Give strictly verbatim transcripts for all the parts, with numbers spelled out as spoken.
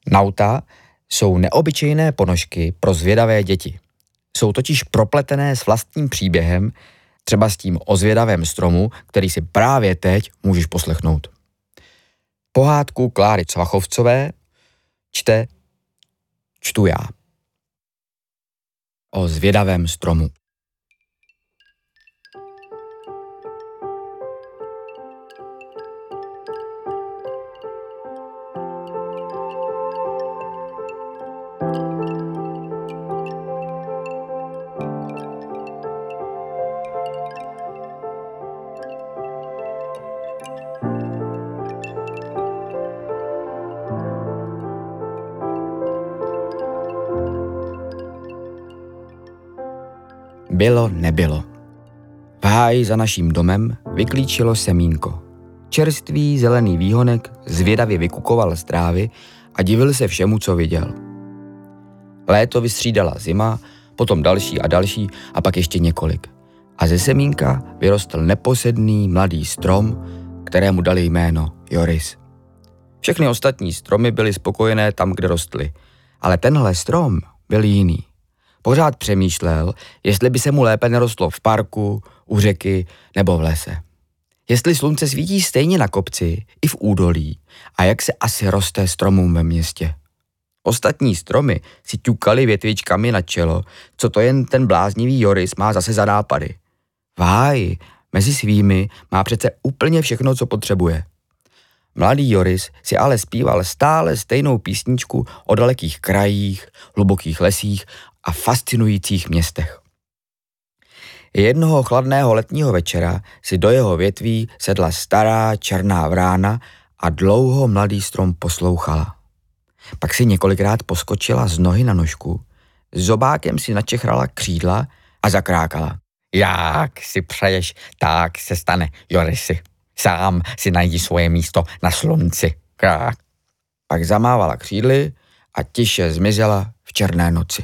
Nauta jsou neobyčejné ponožky pro zvědavé děti. Jsou totiž propletené s vlastním příběhem, třeba s tím o zvědavém stromu, který si právě teď můžeš poslechnout. Pohádku Kláry Cvachovcové čte čtu já. O zvědavém stromu. Bylo, nebylo. V háji za naším domem vyklíčilo semínko. Čerstvý zelený výhonek zvědavě vykukoval z trávy a divil se všemu, co viděl. Léto vystřídala zima, potom další a další a pak ještě několik. A ze semínka vyrostl neposedný mladý strom, kterému dali jméno Joris. Všechny ostatní stromy byly spokojené tam, kde rostly, ale tenhle strom byl jiný. Pořád přemýšlel, jestli by se mu lépe nerostlo v parku, u řeky nebo v lese. Jestli slunce svítí stejně na kopci i v údolí a jak se asi roste stromům ve městě. Ostatní stromy si ťukaly větvičkami na čelo, co to jen ten bláznivý Joris má zase za nápady. V háji mezi svými má přece úplně všechno, co potřebuje. Mladý Joris si ale zpíval stále stejnou písničku o dalekých krajích, hlubokých lesích a fascinujících městech. Jednoho chladného letního večera si do jeho větví sedla stará černá vrána a dlouho mladý strom poslouchala. Pak si několikrát poskočila z nohy na nožku, zobákem si načechrala křídla a zakrákala. Jak si přeješ, tak se stane, Jorisi. Sám si najdi svoje místo na slunci. Krák. Pak zamávala křídly a tiše zmizela v černé noci.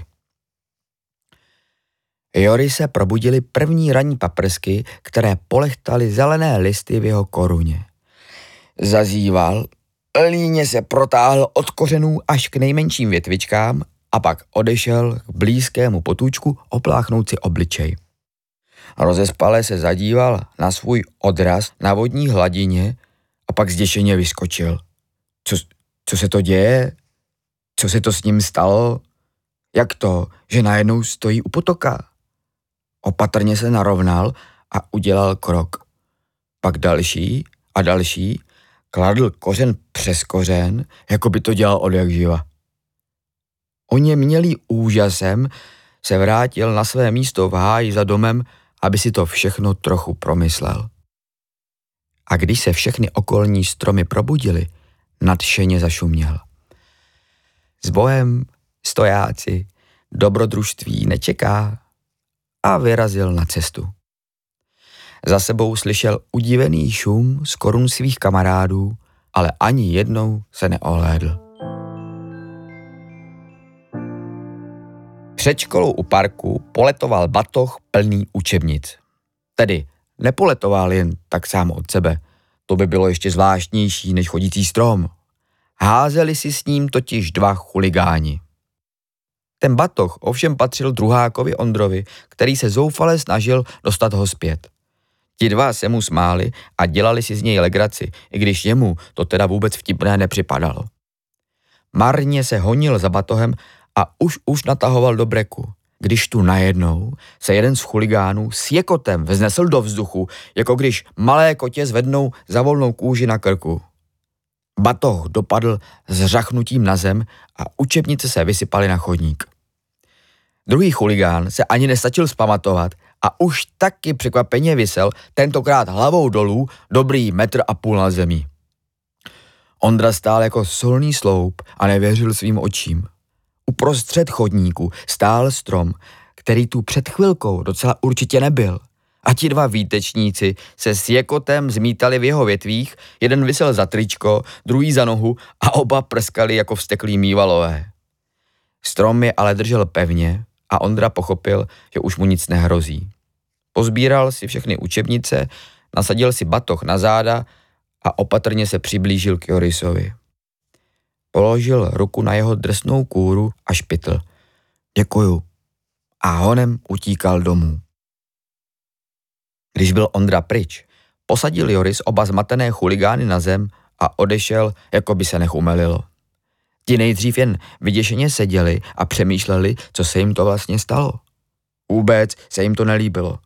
Jorise probudili první ranní paprsky, které polechtaly zelené listy v jeho koruně. Zazíval, líně se protáhl od kořenů až k nejmenším větvičkám a pak odešel k blízkému potůčku opláchnout si obličej. Rozespale se zadíval na svůj odraz na vodní hladině a pak zděšeně vyskočil. Co, co se to děje? Co se to s ním stalo? Jak to, že najednou stojí u potoka? Opatrně se narovnal a udělal krok. Pak další a další, kladl kořen přes kořen, jako by to dělal odjakživa. Oněmělý úžasem se vrátil na své místo v háji za domem, aby si to všechno trochu promyslel. A když se všechny okolní stromy probudily, nadšeně zašuměl. S bohem, stojáci, dobrodružství nečeká a vyrazil na cestu. Za sebou slyšel udivený šum z korun svých kamarádů, ale ani jednou se neohlédl. Před školou u parku poletoval batoh plný učebnic. Tedy nepoletoval jen tak sám od sebe, to by bylo ještě zvláštnější než chodící strom. Házeli si s ním totiž dva chuligáni. Ten batoh ovšem patřil druhákovi Ondrovi, který se zoufale snažil dostat ho zpět. Ti dva se mu smáli a dělali si z něj legraci, i když jemu to teda vůbec vtipné nepřipadalo. Marně se honil za batohem a už už natahoval do breku, když tu najednou se jeden z chuligánů s jekotem vznesl do vzduchu, jako když malé kotě zvednou za volnou kůži na krku. Batoh dopadl s řachnutím na zem a učebnice se vysypaly na chodník. Druhý chuligán se ani nestačil zpamatovat a už taky překvapeně visel, tentokrát hlavou dolů, dobrý metr a půl na zemi. Ondra stál jako solný sloup a nevěřil svým očím. Uprostřed chodníku stál strom, který tu před chvilkou docela určitě nebyl. A ti dva výtečníci se s jekotem zmítali v jeho větvích, jeden visel za tričko, druhý za nohu a oba prskali jako vzteklí mývalové. Strom je ale držel pevně a Ondra pochopil, že už mu nic nehrozí. Pozbíral si všechny učebnice, nasadil si batoh na záda a opatrně se přiblížil k Jorisovi. Položil ruku na jeho drsnou kůru a špitl. Děkuju. A honem utíkal domů. Když byl Ondra pryč, posadil Joris oba zmatené chuligány na zem a odešel, jako by se nechumelilo. Ti nejdřív jen vyděšeně seděli a přemýšleli, co se jim to vlastně stalo. Vůbec se jim to nelíbilo.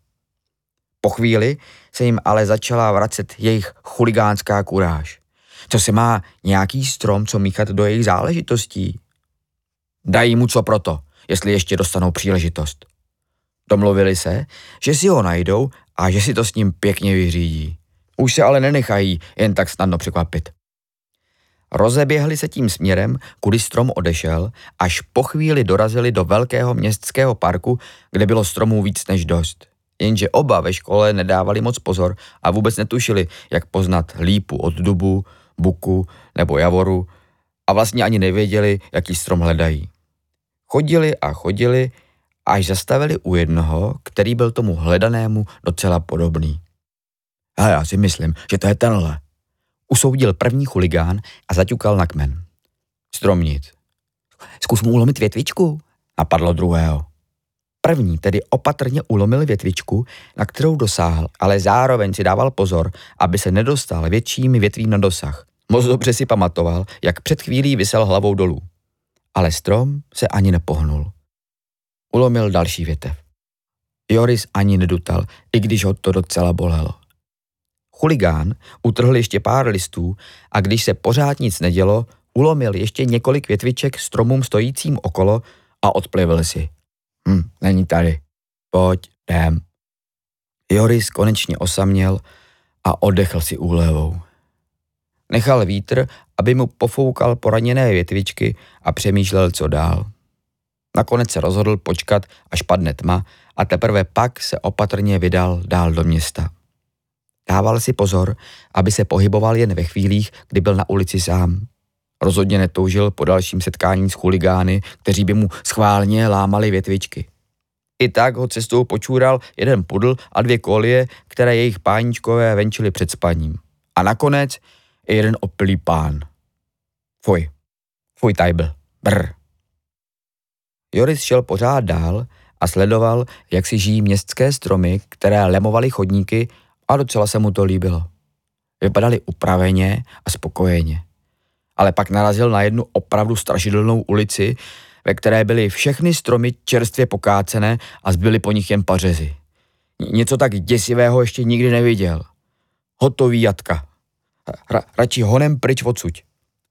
Po chvíli se jim ale začala vracet jejich chuligánská kuráž. Co se má nějaký strom, co míchat do jejich záležitostí? Dají mu co proto, jestli ještě dostanou příležitost. Domluvili se, že si ho najdou a že si to s ním pěkně vyřídí. Už se ale nenechají jen tak snadno překvapit. Rozeběhli se tím směrem, kudy strom odešel, až po chvíli dorazili do velkého městského parku, kde bylo stromů víc než dost. Jenže oba ve škole nedávali moc pozor a vůbec netušili, jak poznat lípu od dubu, buku nebo javoru a vlastně ani nevěděli, jaký strom hledají. Chodili a chodili, až zastavili u jednoho, který byl tomu hledanému docela podobný. A já si myslím, že to je tenhle. Usoudil první chuligán a zaťukal na kmen. Strom nic. Zkus mu ulomit větvičku, napadlo druhého. První tedy opatrně ulomil větvičku, na kterou dosáhl, ale zároveň si dával pozor, aby se nedostal většími větvím na dosah. Moc dobře si pamatoval, jak před chvílí visel hlavou dolů. Ale strom se ani nepohnul. Ulomil další větev. Joris ani nedutal, i když ho to docela bolelo. Chuligán utrhl ještě pár listů a když se pořád nic nedělo, ulomil ještě několik větviček stromům stojícím okolo a odplivil si. Hm, není tady. Pojď, jdem. Joris konečně osaměl a oddechl si úlevou. Nechal vítr, aby mu pofoukal poraněné větvičky a přemýšlel, co dál. Nakonec se rozhodl počkat, až padne tma a teprve pak se opatrně vydal dál do města. Dával si pozor, aby se pohyboval jen ve chvílích, kdy byl na ulici sám. Rozhodně netoužil po dalším setkání s chuligány, kteří by mu schválně lámali větvičky. I tak ho cestou počůral jeden pudl a dvě kolie, které jejich páničkové venčili před spaním. A nakonec i jeden opilý pán. Fuj. Fuj tajbl. Brr. Joris šel pořád dál a sledoval, jak si žijí městské stromy, které lemovaly chodníky a docela se mu to líbilo. Vypadaly upraveně a spokojeně. Ale pak narazil na jednu opravdu strašidelnou ulici, ve které byly všechny stromy čerstvě pokácené a zbyly po nich jen pařezy. Něco tak děsivého ještě nikdy neviděl. Hotový jatka. Ra, radši honem pryč odsuť.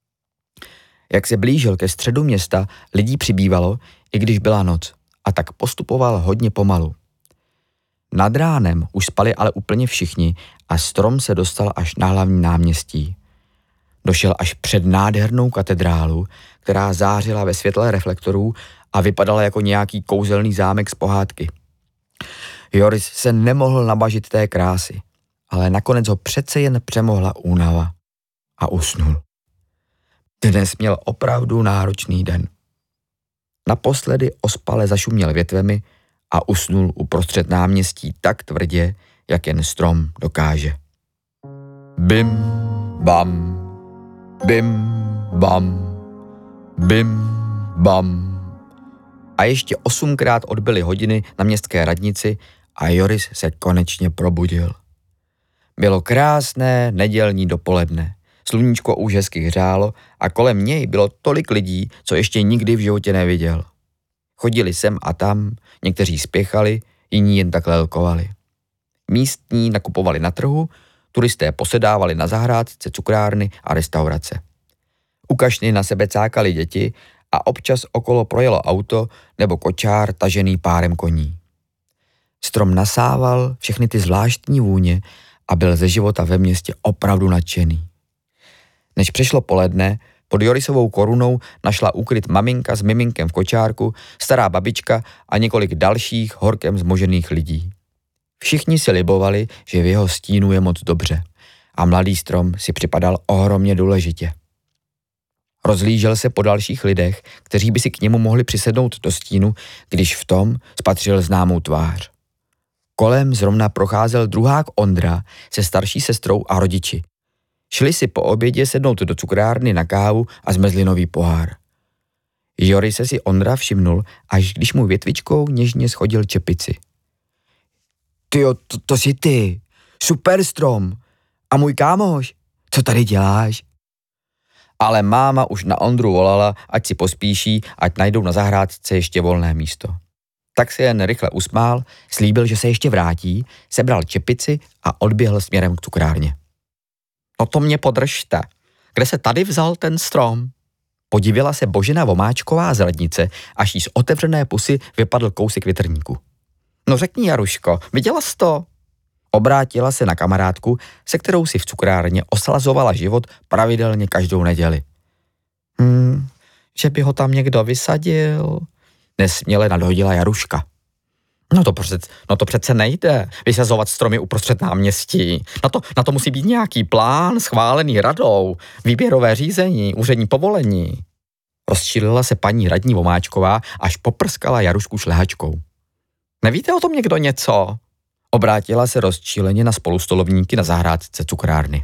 Jak se blížil ke středu města, lidí přibývalo, i když byla noc, a tak postupoval hodně pomalu. Nad ránem už spali ale úplně všichni a strom se dostal až na hlavní náměstí. Došel až před nádhernou katedrálu, která zářila ve světle reflektorů a vypadala jako nějaký kouzelný zámek z pohádky. Joris se nemohl nabažit té krásy, ale nakonec ho přece jen přemohla únava a usnul. Dnes měl opravdu náročný den. Naposledy ospale zašuměl větvemi a usnul uprostřed náměstí tak tvrdě, jak jen strom dokáže. Bim, bam, bim, bam, bim, bam. A ještě osmkrát odbyly hodiny na městské radnici a Joris se konečně probudil. Bylo krásné nedělní dopoledne. Sluníčko už hezky hřálo a kolem něj bylo tolik lidí, co ještě nikdy v životě neviděl. Chodili sem a tam, někteří spěchali, jiní jen tak lelkovali. Místní nakupovali na trhu, turisté posedávali na zahrádce, cukrárny a restaurace. U kašny na sebe cákali děti a občas okolo projelo auto nebo kočár tažený párem koní. Strom nasával všechny ty zvláštní vůně a byl ze života ve městě opravdu nadšený. Než přišlo poledne, pod Jorisovou korunou našla úkryt maminka s miminkem v kočárku, stará babička a několik dalších horkem zmožených lidí. Všichni si libovali, že v jeho stínu je moc dobře a mladý strom si připadal ohromně důležitě. Rozhlížel se po dalších lidech, kteří by si k němu mohli přisednout do stínu, když v tom spatřil známou tvář. Kolem zrovna procházel druhák Ondra se starší sestrou a rodiči. Šli si po obědě sednout do cukrárny na kávu a zmrzlinový pohár. Jorise si Ondra všimnul, až když mu větvičkou něžně schodil čepici. Tyjo, to, to jsi ty, super strom. A můj kámoš, co tady děláš? Ale máma už na Ondru volala, ať si pospíší, ať najdou na zahrádce ještě volné místo. Tak se jen rychle usmál, slíbil, že se ještě vrátí, sebral čepici a odběhl směrem k cukrárně. No to mě podržte. Kde se tady vzal ten strom? Podivila se Božena Vomáčková z radnice, až jí z otevřené pusy vypadl kousek větrníku. No řekni, Jaruško, viděla jsi to? Obrátila se na kamarádku, se kterou si v cukrárně oslazovala život pravidelně každou neděli. Hmm, že by ho tam někdo vysadil? Nesměle nadhodila Jaruška. No to, přece, no to přece nejde, vysazovat stromy uprostřed náměstí. Na to, na to musí být nějaký plán, schválený radou, výběrové řízení, úřední povolení. Rozčilila se paní radní Vomáčková, až poprskala Jarušku šlehačkou. Nevíte o tom někdo něco? Obrátila se rozčileně na spolustolovníky na zahrádce cukrárny.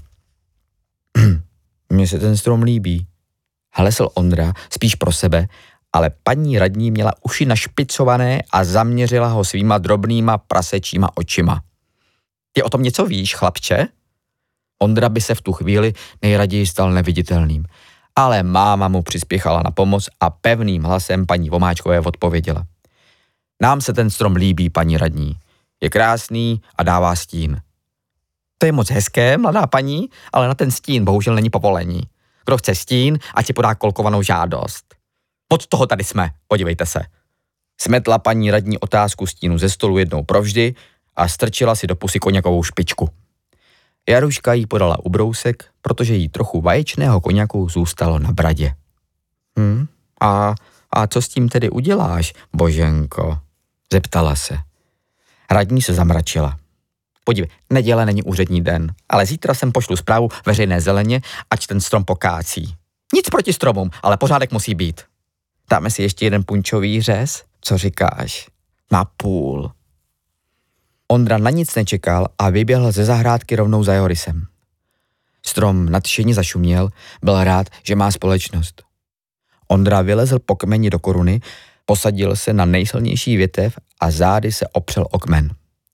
Mně se ten strom líbí, hlesl Ondra spíš pro sebe, ale paní radní měla uši našpicované a zaměřila ho svýma drobnýma prasečíma očima. Ty o tom něco víš, chlapče? Ondra by se v tu chvíli nejraději stal neviditelným, ale máma mu přispěchala na pomoc a pevným hlasem paní Vomáčkové odpověděla. Nám se ten strom líbí, paní radní. Je krásný a dává stín. To je moc hezké, mladá paní, ale na ten stín bohužel není povolení. Kdo chce stín, ať si podá kolkovanou žádost. Od toho tady jsme, podívejte se. Smetla paní radní otázku stínu ze stolu jednou provždy a strčila si do pusy koněkovou špičku. Jaruška jí podala ubrousek, protože jí trochu vaječného koněku zůstalo na bradě. Hm, a, a co s tím tedy uděláš, Boženko? Zeptala se. Radní se zamračila. Podívej, neděle není úřední den, ale zítra sem pošlu zprávu veřejné zeleně, ať ten strom pokácí. Nic proti stromům, ale pořádek musí být. Dáme si ještě jeden punčový řez? Co říkáš? Na půl. Ondra na nic nečekal a vyběhl ze zahrádky rovnou za Jorisem. Strom nadšeně zašuměl, byl rád, že má společnost. Ondra vylezl po kmeni do koruny, posadil se na nejsilnější větev a zády se opřel o kmen.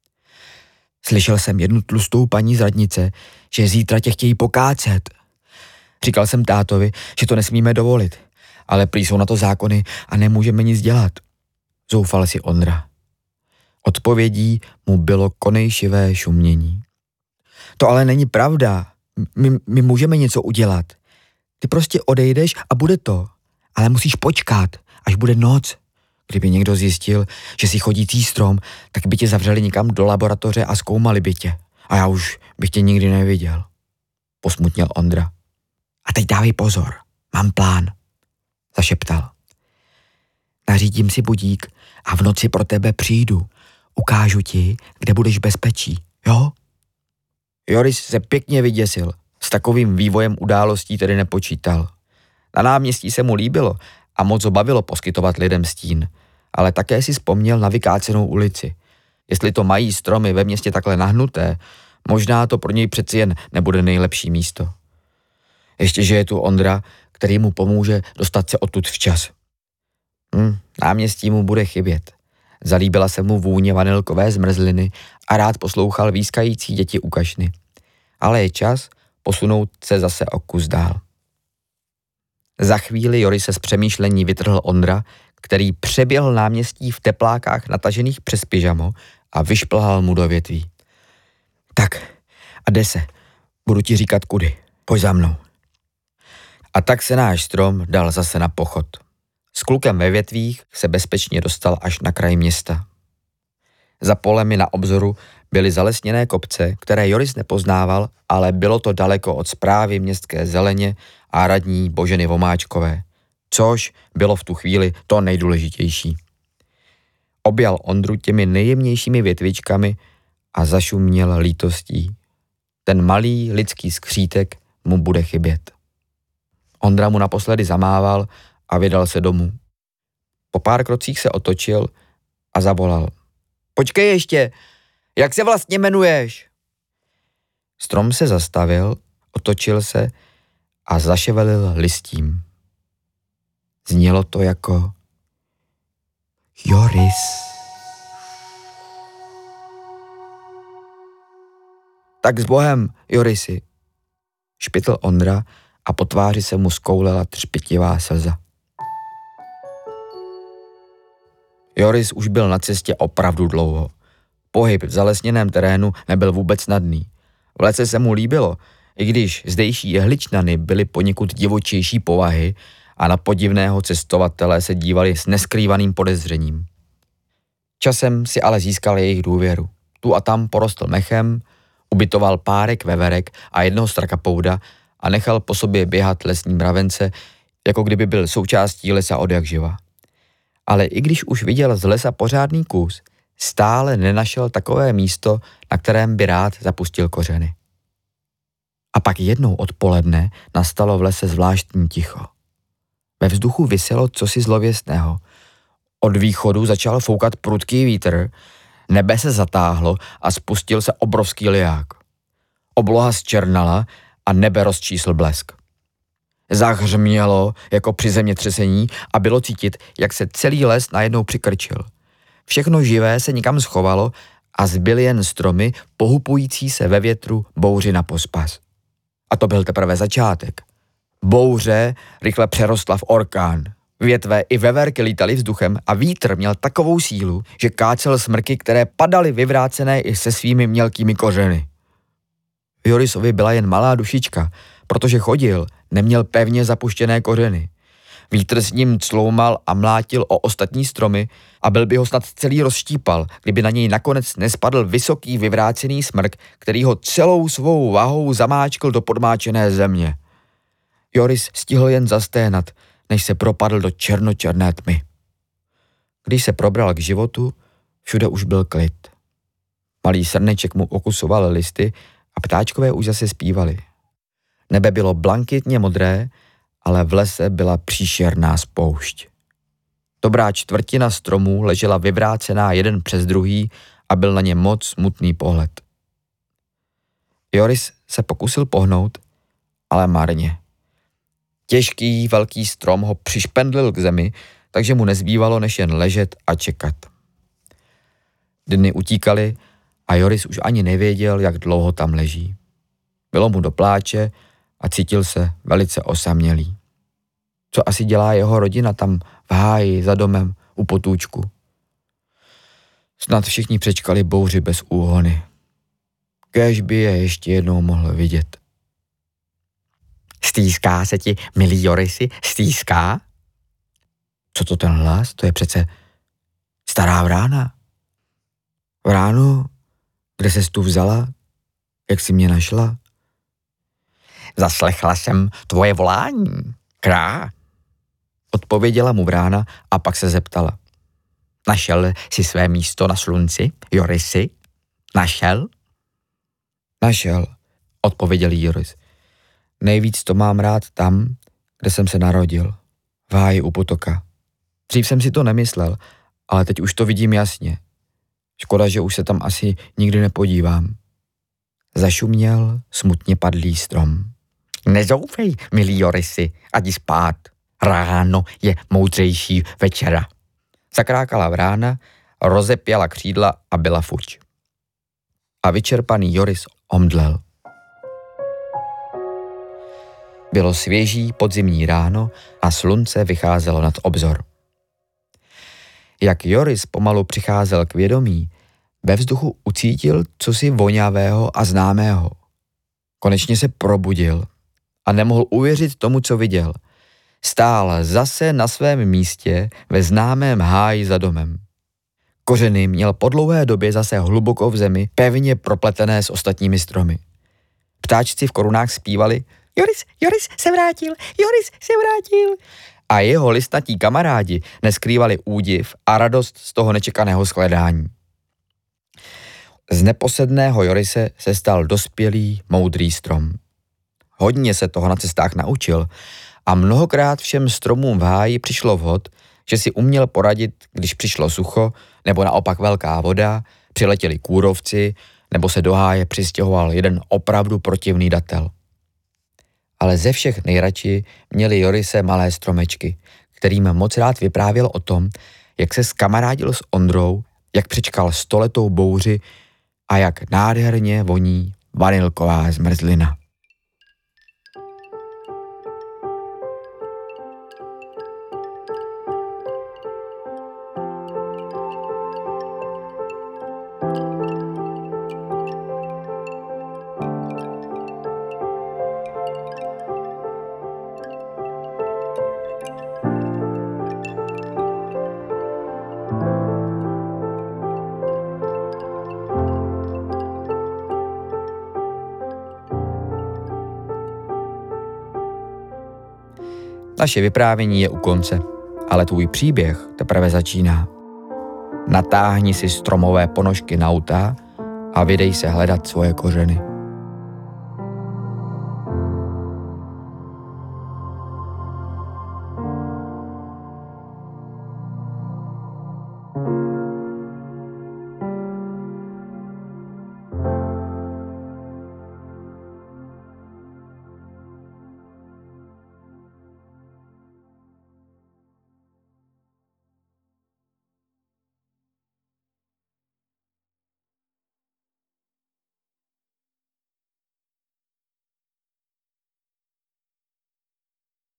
Slyšel jsem jednu tlustou paní z radnice, že zítra tě chtějí pokácet. Říkal jsem tátovi, že to nesmíme dovolit, ale prý jsou na to zákony a nemůžeme nic dělat. Zoufal si Ondra. Odpovědí mu bylo konejšivé šumění. To ale není pravda. My, my můžeme něco udělat. Ty prostě odejdeš a bude to. Ale musíš počkat, až bude noc. Kdyby někdo zjistil, že si chodící strom, tak by tě zavřeli někam do laboratoře a zkoumali by tě. A já už bych tě nikdy neviděl. Posmutněl Ondra. A teď dávej pozor, mám plán. Zašeptal. Nařídím si budík a v noci pro tebe přijdu. Ukážu ti, kde budeš v bezpečí, jo? Joris se pěkně vyděsil. S takovým vývojem událostí tedy nepočítal. Na náměstí se mu líbilo a moc ho bavilo poskytovat lidem stín, ale také si vzpomněl na vykácenou ulici. Jestli to mají stromy ve městě takhle nahnuté, možná to pro něj přeci jen nebude nejlepší místo. Ještě, že je tu Ondra, který mu pomůže dostat se odtud včas. Hm, náměstí mu bude chybět. Zalíbila se mu vůně vanilkové zmrzliny a rád poslouchal výskající děti u kašny. Ale je čas posunout se zase o kus dál. Za chvíli Jorise z přemýšlení vytrhl Ondra, který přeběhl náměstí v teplákách natažených přes pyžamo a vyšplhal mu do větví. Tak, a jde se. Budu ti říkat kudy. Pojď za mnou. A tak se náš strom dal zase na pochod. S klukem ve větvích se bezpečně dostal až na kraj města. Za polemi na obzoru byly zalesněné kopce, které Joris nepoznával, ale bylo to daleko od správy městské zeleně a radní Boženy Vomáčkové, což bylo v tu chvíli to nejdůležitější. Objal Ondru těmi nejjemnějšími větvičkami a zašuměl lítostí. Ten malý lidský skřítek mu bude chybět. Ondra mu naposledy zamával a vydal se domů. Po pár krocích se otočil a zavolal. Počkej ještě, jak se vlastně jmenuješ? Strom se zastavil, otočil se a zaševelil listím. Znělo to jako Joris. Tak s Bohem, Jorisi, špitl Ondra a po tváři se mu zkoulela třpitivá slza. Joris už byl na cestě opravdu dlouho. Pohyb v zalesněném terénu nebyl vůbec snadný. V lese se mu líbilo, i když zdejší jehličnany byly poněkud divočejší povahy a na podivného cestovatele se dívali s neskrývaným podezřením. Časem si ale získal jejich důvěru. Tu a tam porostl mechem, ubytoval párek veverek a jednoho strakapouda a nechal po sobě běhat lesní mravence, jako kdyby byl součástí lesa odjakživa. Ale i když už viděl z lesa pořádný kus, stále nenašel takové místo, na kterém by rád zapustil kořeny. A pak jednou odpoledne nastalo v lese zvláštní ticho. Ve vzduchu viselo cosi zlověstného. Od východu začal foukat prudký vítr, nebe se zatáhlo a spustil se obrovský liják. Obloha zčernala a nebe rozčísl blesk. Zahřmělo jako při zemětřesení a bylo cítit, jak se celý les najednou přikrčil. Všechno živé se nikam schovalo a zbyly jen stromy, pohupující se ve větru bouři na pospas. A to byl teprve začátek. Bouře rychle přerostla v orkán. Větve i veverky lítaly vzduchem a vítr měl takovou sílu, že kácel smrky, které padaly vyvrácené i se svými mělkými kořeny. Jorisovi byla jen malá dušička, protože chodil, neměl pevně zapuštěné kořeny. Vítr s ním cloumal a mlátil o ostatní stromy a byl by ho snad celý rozštípal, kdyby na něj nakonec nespadl vysoký vyvrácený smrk, který ho celou svou vahou zamáčkl do podmáčené země. Joris stihl jen zasténat, než se propadl do černočerné tmy. Když se probral k životu, všude už byl klid. Malý srneček mu okusoval listy a ptáčkové už zase zpívali. Nebe bylo blankitně modré, ale v lese byla příšerná spoušť. Dobrá čtvrtina stromů ležela vyvrácená jeden přes druhý a byl na ně moc smutný pohled. Joris se pokusil pohnout, ale marně. Těžký velký strom ho přišpendlil k zemi, takže mu nezbývalo než jen ležet a čekat. Dny utíkaly a Joris už ani nevěděl, jak dlouho tam leží. Bylo mu do pláče a cítil se velice osamělý. Co asi dělá jeho rodina tam v háji za domem u potůčku? Snad všichni přečkali bouři bez úhony. Kéž by je ještě jednou mohl vidět. Stýská se ti, milý Jorisi, stýská? Co to ten hlas? To je přece stará vrána. Vránu, kde ses tu vzala? Jak jsi mě našla? Zaslechla jsem tvoje volání, krá. Odpověděla mu vrána a pak se zeptala. Našel jsi své místo na slunci, Jorisi? Našel? Našel, odpověděl Joris. Nejvíc to mám rád tam, kde jsem se narodil, v háji u potoka. Dřív jsem si to nemyslel, ale teď už to vidím jasně. Škoda, že už se tam asi nikdy nepodívám. Zašuměl smutně padlý strom. Nezoufej, milý Jorisi, ať jdi spát. Ráno je moudřejší večera. Zakrákala vrána, rozepěla křídla a byla fuč. A vyčerpaný Joris omdlel. Bylo svěží podzimní ráno a slunce vycházelo nad obzor. Jak Joris pomalu přicházel k vědomí, ve vzduchu ucítil cosi vonavého a známého. Konečně se probudil a nemohl uvěřit tomu, co viděl. Stál zase na svém místě ve známém háji za domem. Kořeny měl po dlouhé době zase hluboko v zemi, pevně propletené s ostatními stromy. Ptáčci v korunách zpívali Joris, Joris se vrátil, Joris se vrátil. A jeho listnatí kamarádi neskrývali údiv a radost z toho nečekaného shledání. Z neposedného Jorise se stal dospělý, moudrý strom. Hodně se toho na cestách naučil a mnohokrát všem stromům v háji přišlo vhod, že si uměl poradit, když přišlo sucho nebo naopak velká voda, přiletěli kůrovci nebo se do háje přistěhoval jeden opravdu protivný datel. ale ze všech nejradši měli Jorise malé stromečky, kterým moc rád vyprávěl o tom, jak se skamarádil s Ondrou, jak přečkal stoletou bouři a jak nádherně voní vanilková zmrzlina. Naše vyprávění je u konce, ale tvůj příběh teprve začíná. Natáhni si stromové ponožky na auta a vydej se hledat svoje kořeny.